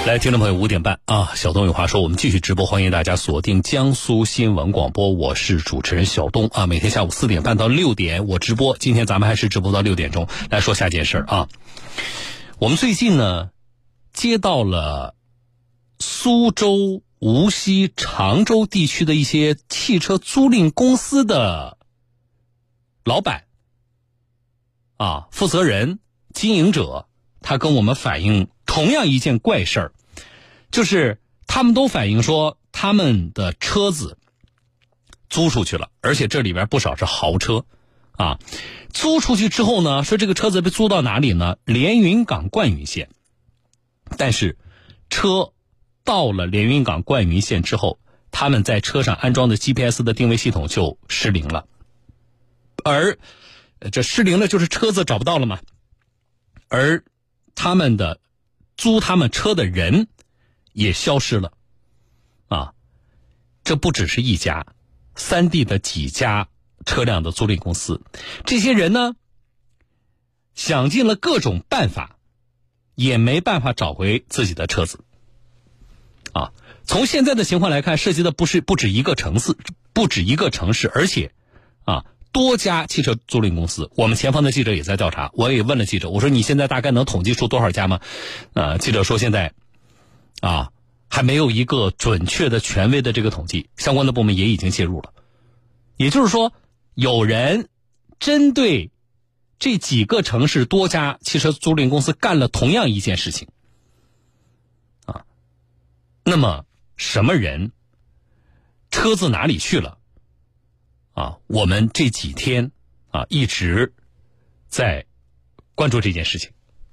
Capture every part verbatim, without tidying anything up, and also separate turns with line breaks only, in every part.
来，听众朋友，五点半啊，小东有话说，我们继续直播，欢迎大家锁定江苏新闻广播，我是主持人小东啊。每天下午四点半到六点我直播，今天咱们还是直播到六点钟。来说下件事啊，我们最近呢接到了苏州、无锡、常州地区的一些汽车租赁公司的老板啊、负责人、经营者，他跟我们反映同样一件怪事儿，就是他们都反映说他们的车子租出去了，而且这里边不少是豪车啊。租出去之后呢，说这个车子被租到哪里呢？连云港灌云县。但是车到了连云港灌云县之后，他们在车上安装的 G P S 的定位系统就失灵了，而这失灵了就是车子找不到了嘛，而他们的租他们车的人也消失了啊！这不只是一家，三地的几家车辆的租赁公司，这些人呢想尽了各种办法，也没办法找回自己的车子啊！从现在的情况来看，涉及的不是不止一个城市，不止一个城市，而且啊多家汽车租赁公司。我们前方的记者也在调查，我也问了记者，我说你现在大概能统计出多少家吗？呃，记者说现在啊还没有一个准确的权威的这个统计，相关的部门也已经介入了。也就是说，有人针对这几个城市多家汽车租赁公司干了同样一件事情啊。那么什么人，车子哪里去了啊？我们这几天啊一直在关注这件事情。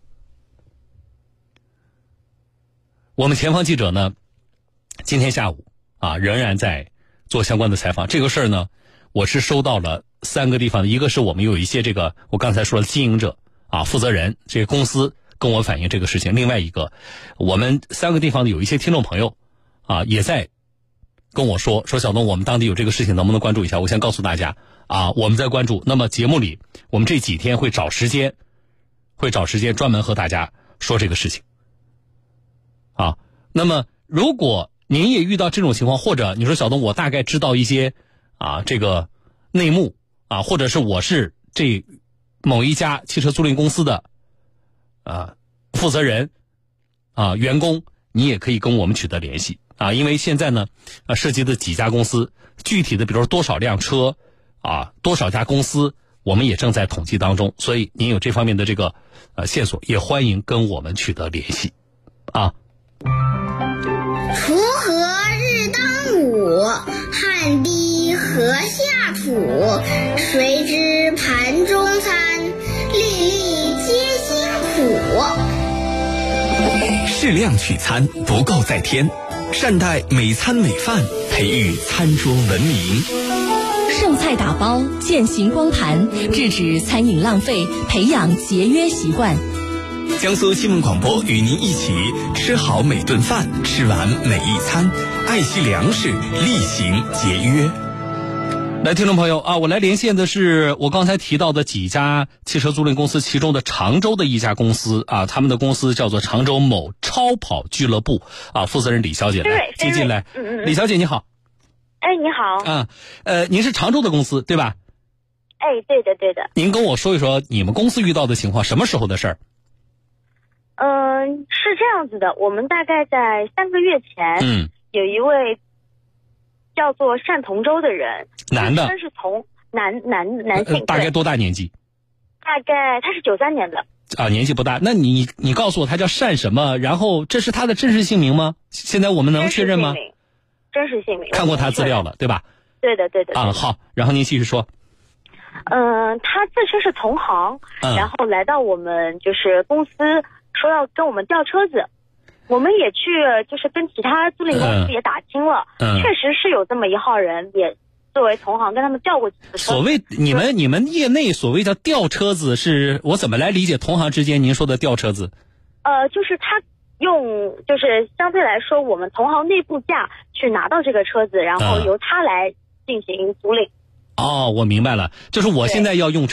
我们前方记者呢，今天下午啊仍然在做相关的采访。这个事儿呢，我是收到了三个地方的，一个是我们有一些这个我刚才说的经营者啊、负责人，这个公司跟我反映这个事情。另外一个，我们三个地方的有一些听众朋友啊也在跟我说说小东，我们当地有这个事情，能不能关注一下？我先告诉大家啊，我们在关注。那么节目里，我们这几天会找时间，会找时间专门和大家说这个事情。啊，那么如果您也遇到这种情况，或者你说小东，我大概知道一些啊这个内幕啊，或者是我是这某一家汽车租赁公司的啊负责人啊员工，你也可以跟我们取得联系啊，因为现在呢啊涉及的几家公司，具体的比如说多少辆车啊，多少家公司，我们也正在统计当中，所以您有这方面的这个呃线索，也欢迎跟我们取得联系啊。
锄禾日当午，汗滴禾下土。谁知盘中餐，粒粒皆辛苦。
适量取餐，不够再添。善待每餐每饭，培育餐桌文明。
剩菜打包，践行光盘，制止餐饮浪费，培养节约习惯。
江苏新闻广播与您一起吃好每顿饭，吃完每一餐，爱惜粮食，厉行节约。
来，听众朋友啊，我来连线的是我刚才提到的几家汽车租赁公司其中的常州的一家公司啊，他们的公司叫做常州某超跑俱乐部啊，负责人李小姐来接进来。
嗯嗯，
李小姐你好。
哎，你好。
啊，呃，您是常州的公司对吧？
哎，对的对的。
您跟我说一说你们公司遇到的情况，什么时候的事儿？
嗯，是这样子的，我们大概在三个月前，
嗯，
有一位叫做单同州的人，
男的，
他是从男男男性、
呃，大概多大年纪？
大概他是九三年的。
啊，年纪不大。那你你告诉我他叫单什么？然后这是他的真实姓名吗？现在我们能确认吗？
真实姓名。
看过他资料了，对吧？
对的对的。
啊，好，然后您继续说。
嗯，他自称是同行，
嗯，
然后来到我们就是公司，说要跟我们调车子，我们也去就是跟其他租赁公司也打听了，
嗯，
确实是有这么一号人，也作为同行跟他们调过几次车。
所谓你们你们业内所谓叫调车子，是我怎么来理解同行之间您说的调车子？
呃，就是他用就是相对来说我们同行内部价去拿到这个车子，然后由他来进行租赁。
哦，我明白了，就是我现在要用车，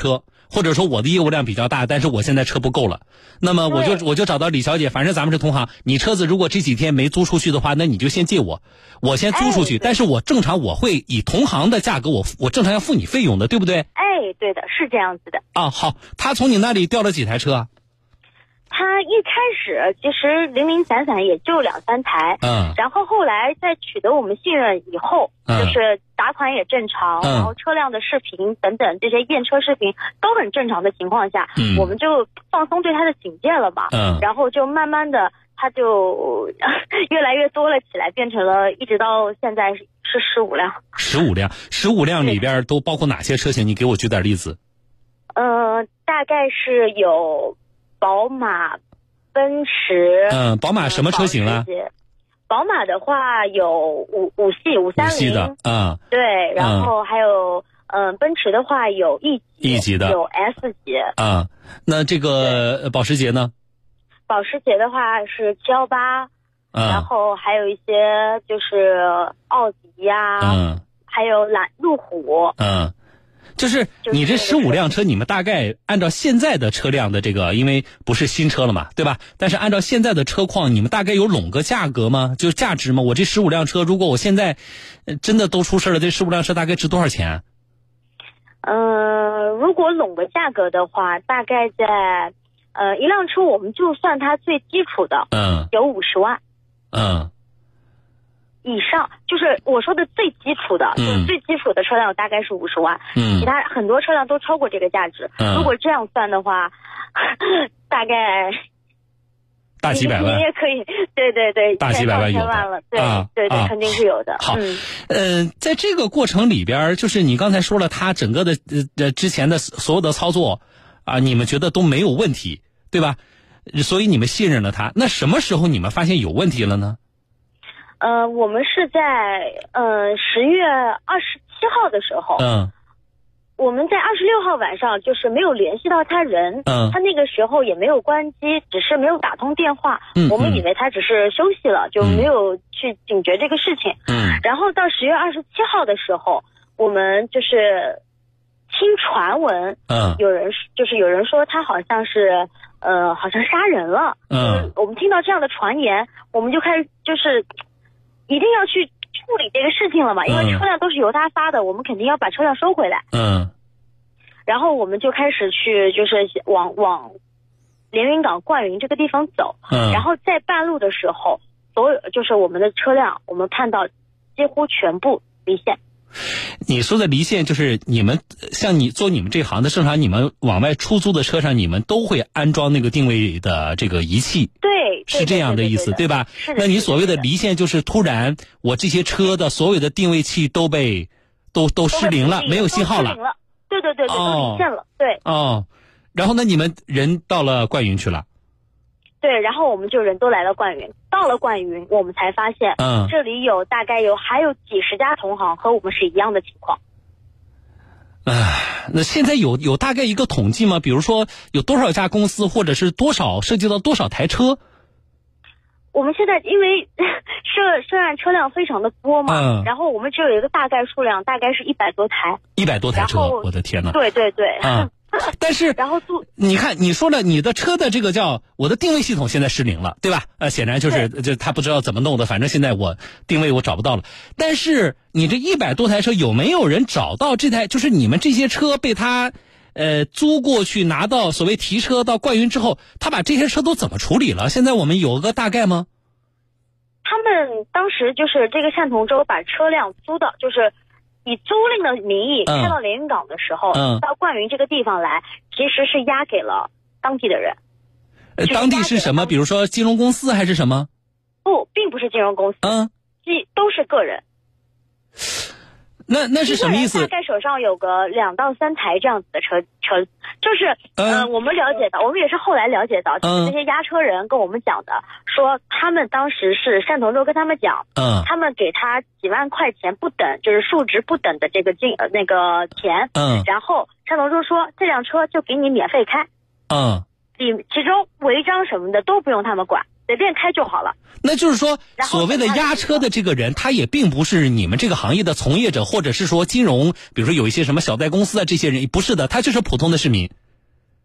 或者说我的业务量比较大，但是我现在车不够了，那么我就我就找到李小姐，反正咱们是同行，你车子如果这几天没租出去的话，那你就先借我，我先租出去，哎、但是我正常我会以同行的价格，我我正常要付你费用的，对不对？
哎，对的，是这样子的。
啊，好，他从你那里调了几台车啊？
他一开始其实零零散散也就两三台，
嗯，
然后后来在取得我们信任以后，嗯、就是打款也正常，嗯、然后车辆的视频等等这些验车视频都很正常的情况下，嗯，我们就放松对他的警戒了嘛，嗯，然后就慢慢的他就越来越多了起来，变成了一直到现在是十五辆。
十五辆，十五辆里边都包括哪些车型？你给我举点例子。
呃，大概是有。宝马、奔驰，
嗯，宝马什么车型啊？
宝马的话有五五系、五三零
的，啊、嗯，
对，然后还有嗯、呃，奔驰的话有 E 级、
E 级的，
有 S 级，
啊、嗯，那这个保时捷呢？
保时捷的话是七幺八，然后还有一些就是奥迪呀、啊，嗯，还有揽路虎，
嗯。就是你这十五辆车，你们大概按照现在的车辆的这个，因为不是新车了嘛，对吧？但是按照现在的车况，你们大概有拢个价格吗？就是价值吗？我这十五辆车，如果我现在真的都出事了，这十五辆车大概值多少钱？
呃，如果拢个价格的话，大概在呃一辆车，我们就算它最基础的，
嗯，
有五十万，
嗯。
以上，就是我说的最基础的，嗯、就是最基础的车辆大概是五十万，嗯，其他很多车辆都超过这个价值。嗯、如果这样算的话，大概
大几百万，
你也可以，对对对，
大几百万有
万了，对、
啊、
对对、
啊，
肯定是有的。
好，
嗯，
呃，在这个过程里边，就是你刚才说了，他整个的呃之前的所有的操作啊，你们觉得都没有问题，对吧？所以你们信任了他。那什么时候你们发现有问题了呢？
呃，我们是在呃十月二十七号的时候，
嗯，
我们在二十六号晚上就是没有联系到他人，
嗯，
他那个时候也没有关机，只是没有打通电话，嗯，我们以为他只是休息了，嗯、就没有去警觉这个事情，
嗯，
然后到十月二十七号的时候，我们就是听传闻，
嗯，
有人就是有人说他好像是呃好像杀人了，
嗯，
我们听到这样的传言，我们就开始就是。一定要去处理这个事情了嘛，因为车辆都是由他发的，嗯、我们肯定要把车辆收回来。
嗯。
然后我们就开始去，就是往往连云港灌云这个地方走。
嗯。
然后在半路的时候，所有就是我们的车辆，我们看到几乎全部离线。
你说的离线就是你们像你做你们这行的，正常你们往外出租的车上，你们都会安装那个定位的这个仪器。
对，
是这样的意思，对吧？
是的。
那你所谓的离线，就是突然我这些车的所有的定位器都被都都失灵了，没有信号了。
对对对对，
哦、
都离线了。对。
哦，然后呢，你们人到了灌云去了。
对，然后我们就人都来了灌云，到了灌云，我们才发现，
嗯，
这里有大概有还有几十家同行和我们是一样的情况。
唉，那现在有有大概一个统计吗？比如说有多少家公司，或者是多少涉及到多少台车？
我们现在因为涉涉案车辆非常的多嘛，
嗯，
然后我们只有一个大概数量，大概是一百多台。
一百多台车，我的天哪！
对对对。
啊但是，
然后
你看，你说了你的车的这个叫我的定位系统现在失灵了，对吧？呃，显然就是就他不知道怎么弄的，反正现在我定位我找不到了。但是你这一百多台车有没有人找到这台？就是你们这些车被他呃租过去拿到所谓提车到灌云之后，他把这些车都怎么处理了？现在我们有个大概吗？
他们当时就是这个单同舟把车辆租到就是。以租赁的名义开到连云港的时候，
嗯、
到灌云这个地方来，其实是押给了当地的人。
呃，当地是什么？比如说金融公司还是什么？
不，并不是金融公司，
嗯，
即都是个人。
那那是什么意思？
大概手上有个两到三台这样子的车车，就是呃，我们了解到，我们也是后来了解到，就是这些押车人跟我们讲的，说他们当时是单同舟跟他们讲，
嗯，
他们给他几万块钱不等，就是数值不等的这个金呃那个钱，
嗯，
然后单同舟说这辆车就给你免费开，
嗯，
里其中违章什么的都不用他们管。随便开就好了。
那就是说，所谓的押车的这个人，他也并不是你们这个行业的从业者，或者是说金融，比如说有一些什么小贷公司啊，这些人不是的，他就是普通的市民。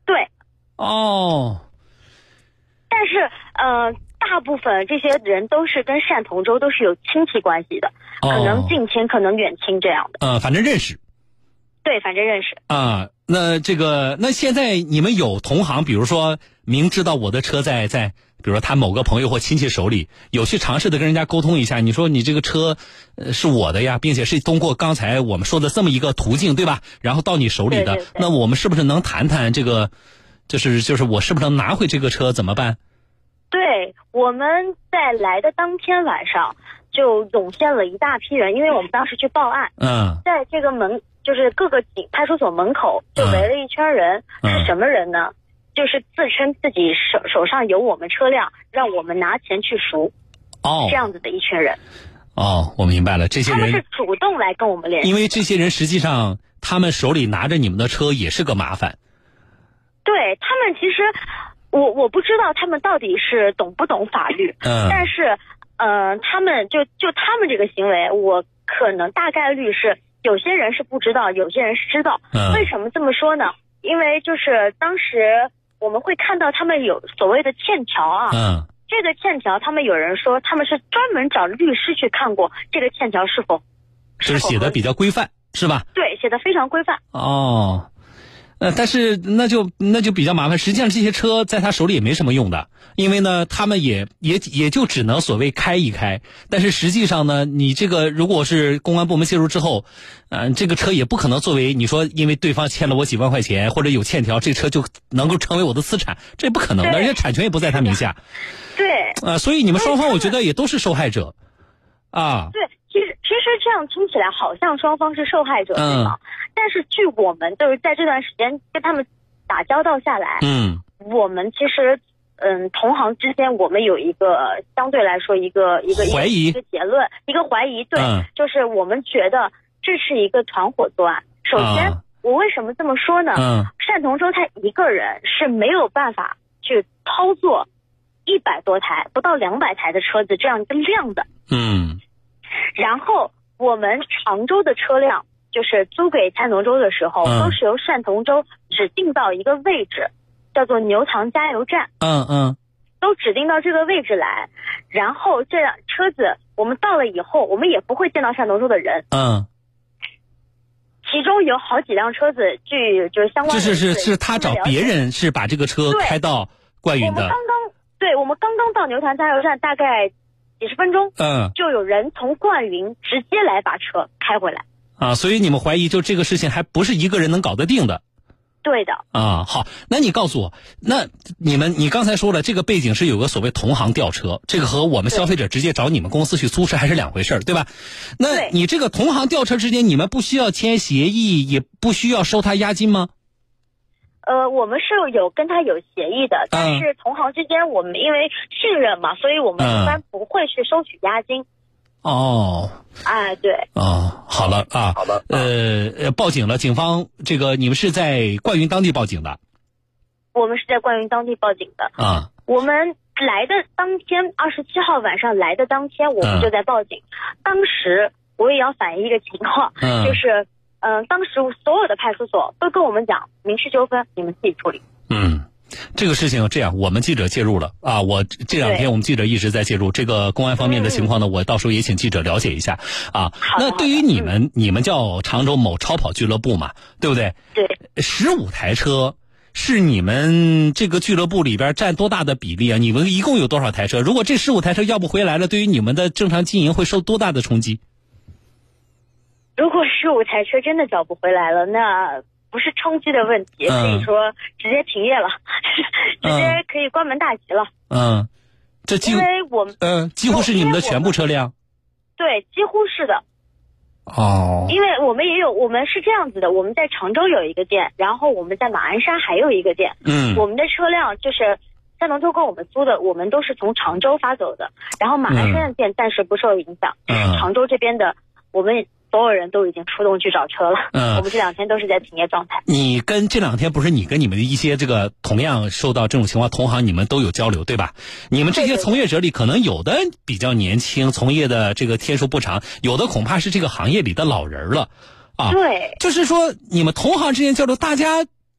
对。
哦。
但是呃，大部分这些人都是跟单同舟都是有亲戚关系的，
哦、
可能近亲，可能远亲这样的。
呃，反正认识。
对，反正认识。
啊，那这个，那现在你们有同行，比如说明知道我的车在在，比如说他某个朋友或亲戚手里，有去尝试的跟人家沟通一下，你说你这个车，呃，是我的呀，并且是通过刚才我们说的这么一个途径，对吧？然后到你手里的，
对对对，
那我们是不是能谈谈这个，就是就是我是不是能拿回这个车，怎么办？
对，我们在来的当天晚上就涌现了一大批人，因为我们当时去报案，
嗯，
在这个门就是各个警派出所门口就围了一圈人，
嗯、
是什么人呢？就是自称自己手手上有我们车辆，让我们拿钱去赎，
哦，
这样子的一群人。
哦，我明白了，这些人
他们是主动来跟我们联系，
因为这些人实际上他们手里拿着你们的车也是个麻烦。
对，他们其实。我我不知道他们到底是懂不懂法律，
嗯，
但是，呃，他们就就他们这个行为，我可能大概率是有些人是不知道，有些人是知道。
嗯，
为什么这么说呢？因为就是当时我们会看到他们有所谓的欠条啊，
嗯，
这个欠条，他们有人说他们是专门找律师去看过这个欠条是否，
就是写的比较规范，是吧？
对，写的非常规范。
哦。呃，但是那就那就比较麻烦。实际上这些车在他手里也没什么用的，因为呢，他们也也也就只能所谓开一开。但是实际上呢，你这个如果是公安部门介入之后，嗯、呃，这个车也不可能作为你说，因为对方欠了我几万块钱或者有欠条，这车就能够成为我的资产，这也不可能的，而且产权也不在他名下。
对。
呃，所以你们双方我觉得也都是受害者。啊。
对。其实，其实这样听起来好像双方是受害者，对吗？
嗯。
但是据我们就是在这段时间跟他们打交道下来，
嗯，
我们其实，嗯，同行之间我们有一个相对来说一个一个
怀疑，
一个结论，一个怀疑，对，
嗯、
就是我们觉得这是一个团伙作案。首先，啊、我为什么这么说呢？
嗯，
单同舟他一个人是没有办法去操作一百多台不到两百台的车子这样一个量的。
嗯。
然后我们常州的车辆就是租给单同舟的时候，
嗯、
都是由单同舟指定到一个位置，叫做牛塘加油站。
嗯嗯，
都指定到这个位置来，然后这车子我们到了以后，我们也不会见到单同舟的人。
嗯，
其中有好几辆车子，据就是相关的
是是是是他找别人是把这个车开到冠云的。
我们刚刚对我们刚刚到牛塘加油站，大概几十分钟，
嗯，
就有人从冠云直接来把车开回来。
啊，所以你们怀疑就这个事情还不是一个人能搞得定的。
对的。
啊，好，那你告诉我，那你们你刚才说了，这个背景是有个所谓同行调车，这个和我们消费者直接找你们公司去租车还是两回事儿，对吧？那你这个同行调车之间，你们不需要签协议，也不需要收他押金吗？
呃，我们是有跟他有协议的，但是同行之间我们因为信任嘛，所以我们一般不会去收取押金。
哦，
哎，对，
哦，好了啊，
好的，
呃，报警了，警方这个你们是在冠云当地报警的？
我们是在冠云当地报警的
啊。
我们来的当天，二十七号晚上来的当天，我们就在报警。嗯、当时我也要反映一个情况，
嗯、
就是，嗯、呃，当时所有的派出所都跟我们讲，民事纠纷你们自己处理。
嗯。这个事情这样，我们记者介入了啊！我这两天我们记者一直在介入这个公安方面的情况呢，我到时候也请记者了解一下啊。那对于你们，你们叫常州某超跑俱乐部嘛，对不对？
对。
十五台车是你们这个俱乐部里边占多大的比例啊？你们一共有多少台车？如果这十五台车要不回来了，对于你们的正常经营会受多大的冲击？
如果十五台车真的找不回来了，那不是冲击的问题，
嗯、
可以说直接停业了，直接可以关门大吉了。
嗯，这几乎
因为我们
嗯、呃、几乎是你们的全部车辆。
对，几乎是的。
哦。
因为我们也有，我们是这样子的，我们在常州有一个店，然后我们在马鞍山还有一个店。
嗯。
我们的车辆就是单同舟跟我们租的，我们都是从常州发走的，然后马鞍山的店暂时不受影响。
嗯。
常州这边的我们。所有人都已经出动去找车了，
嗯，
我们这两天都是在停业状态。
你跟这两天不是你跟你们的一些这个同样受到这种情况同行，你们都有交流对吧？你们这些从业者里，可能有的比较年轻，从业的这个天数不长，有的恐怕是这个行业里的老人了，啊，
对，
就是说你们同行之间交流，大家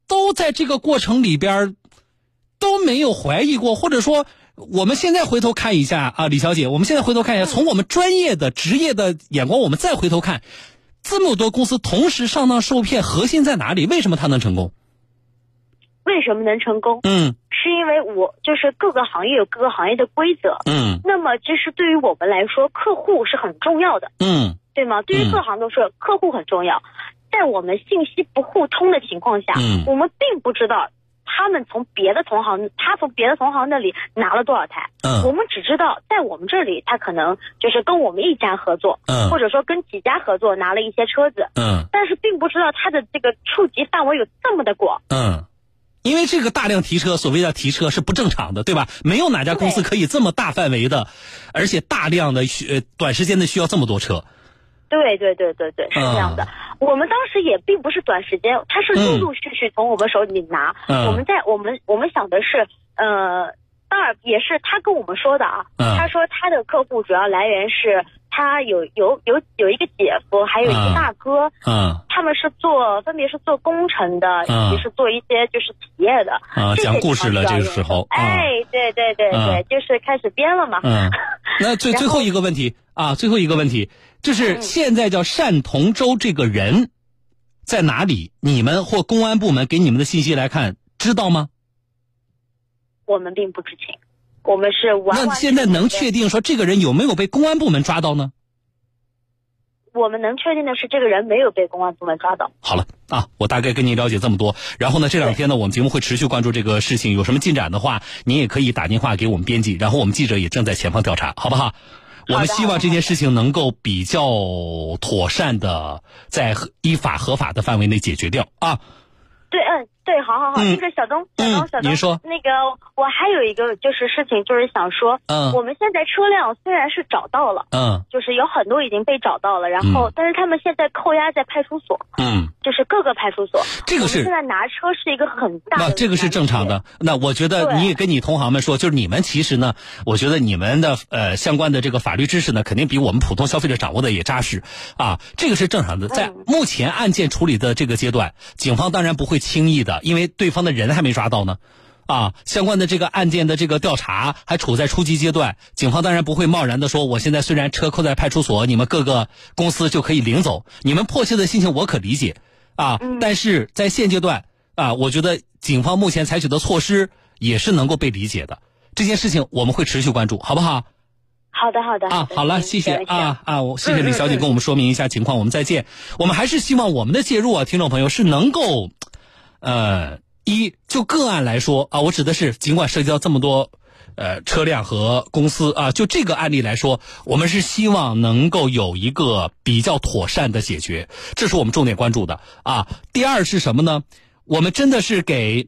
都在这个过程里边都没有怀疑过，或者说我们现在回头看一下啊，李小姐，我们现在回头看一下，从我们专业的职业的眼光，我们再回头看，这么多公司同时上当受骗，核心在哪里？为什么它能成功？
为什么能成功？
嗯，
是因为我就是各个行业有各个行业的规则。
嗯，
那么其实对于我们来说，客户是很重要的。
嗯，
对吗？对于各行都是客户很重要。在我们信息不互通的情况下，
嗯，
我们并不知道他们从别的同行，他从别的同行那里拿了多少台。
嗯，
我们只知道在我们这里，他可能就是跟我们一家合作，
嗯，
或者说跟几家合作拿了一些车子，
嗯，
但是并不知道他的这个触及范围有这么的广。
嗯。因为这个大量提车，所谓的提车是不正常的，对吧？没有哪家公司可以这么大范围的，而且大量的呃短时间的需要这么多车。
对对对对对，是这样的。嗯、我们当时也并不是短时间，它是陆陆续续从我们手里拿。嗯、我们在我们我们想的是，呃，当然也是他跟我们说的啊。嗯、他说他的客户主要来源是他有有有有一个姐夫，还有一个大哥。嗯。他们是做，分别是做工程的，
嗯、
也是做一些就是企业的。
啊，讲故事了这个时候。
哎，对对对对，嗯、就是开始编了嘛。
嗯。那最最后一个问题啊，最后一个问题就是现在叫单同舟这个人在哪里？你们或公安部门给你们的信息来看，知道吗？
我们并不知情，我们是完完。
那现在能确定说这个人有没有被公安部门抓到呢？
我们能确定的是，这个人没有被公安部门抓到。
好了啊，我大概跟您了解这么多。然后呢，这两天呢，我们节目会持续关注这个事情，有什么进展的话，您也可以打电话给我们编辑，然后我们记者也正在前方调查，好不好？我们希望这件事情能够比较妥善的在依法合法的范围内解决掉啊。
对，嗯，对，好好好，嗯、那个小东，小东，小东，
您说，
那个我还有一个就是事情，就是想说，嗯，我们现在车辆虽然是找到了，嗯，就是有很多已经被找到了，然后，嗯、但是他们现在扣押在派出所，嗯，就是各个派出所，
这个是
现在拿车是一个很大的，
那这个是正常的。那我觉得你也跟你同行们说，就是你们其实呢，我觉得你们的呃相关的这个法律知识呢，肯定比我们普通消费者掌握的也扎实啊，这个是正常的。在目前案件处理的这个阶段，警方当然不会轻易的，因为对方的人还没抓到呢，啊，相关的这个案件的这个调查还处在初级阶段，警方当然不会贸然的说，我现在虽然车扣在派出所，你们各个公司就可以领走，你们迫切的心情我可理解啊，但是在现阶段啊，我觉得警方目前采取的措施也是能够被理解的，这件事情我们会持续关注，好不好？
好的，好的
啊，好了，谢谢啊啊，我谢谢李小姐跟我们说明一下情况，我们再见。我们还是希望我们的介入啊，听众朋友是能够。呃，一就个案来说啊，我指的是尽管涉及到这么多呃车辆和公司啊，就这个案例来说，我们是希望能够有一个比较妥善的解决，这是我们重点关注的啊。第二是什么呢？我们真的是给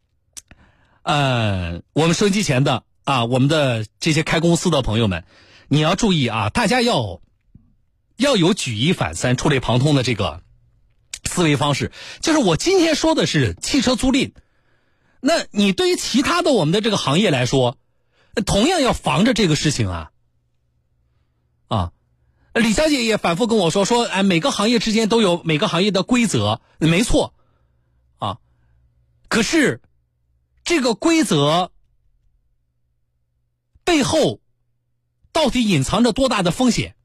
呃我们收音机前的啊，我们的这些开公司的朋友们，你要注意啊，大家要要有举一反三、触类旁通的这个思维方式。就是我今天说的是汽车租赁，那你对于其他的我们的这个行业来说，同样要防着这个事情啊啊！李小姐也反复跟我说说，哎，每个行业之间都有每个行业的规则，没错啊。可是这个规则背后到底隐藏着多大的风险？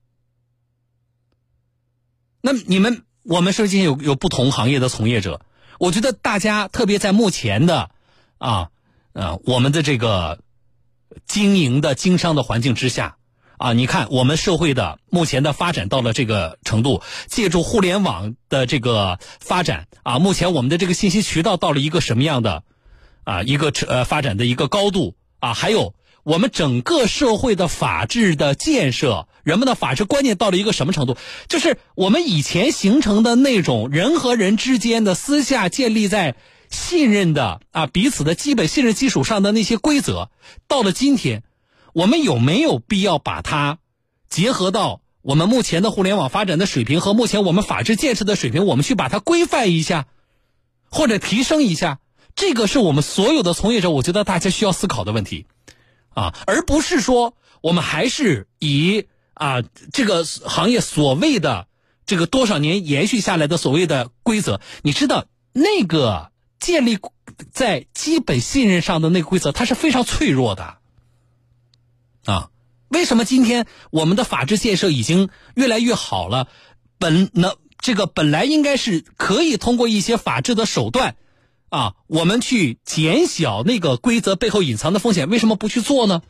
那你们我们实际上有有不同行业的从业者，我觉得大家特别在目前的啊呃我们的这个经营的经商的环境之下啊，你看我们社会的目前的发展到了这个程度，借助互联网的这个发展啊，目前我们的这个信息渠道到了一个什么样的啊一个呃发展的一个高度啊，还有我们整个社会的法治的建设，人们的法治观念到了一个什么程度？就是我们以前形成的那种人和人之间的私下建立在信任的啊彼此的基本信任基础上的那些规则，到了今天，我们有没有必要把它结合到我们目前的互联网发展的水平和目前我们法治建设的水平，我们去把它规范一下，或者提升一下？这个是我们所有的从业者，我觉得大家需要思考的问题啊，而不是说我们还是以啊这个行业所谓的这个多少年延续下来的所谓的规则。你知道那个建立在基本信任上的那个规则，它是非常脆弱的啊。为什么今天我们的法治建设已经越来越好了？本那这个本来应该是可以通过一些法治的手段啊，我们去减小那个规则背后隐藏的风险，为什么不去做呢？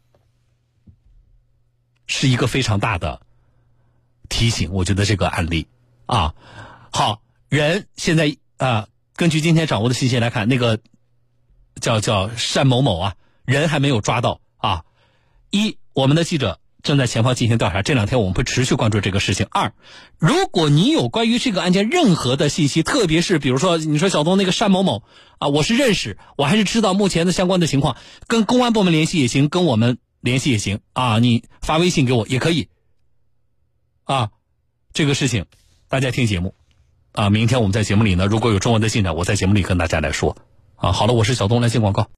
是一个非常大的提醒，我觉得这个案例啊，好，人现在啊，根据今天掌握的信息来看，那个叫叫单某某啊，人还没有抓到啊。一，我们的记者正在前方进行调查，这两天我们会持续关注这个事情。二，如果你有关于这个案件任何的信息，特别是比如说你说小东那个单某某啊，我是认识，我还是知道目前的相关的情况，跟公安部门联系也行，跟我们联系也行啊，你发微信给我也可以啊。这个事情大家听节目啊，明天我们在节目里呢，如果有中文的进展，我在节目里跟大家来说啊。好了，我是小东，来进广告。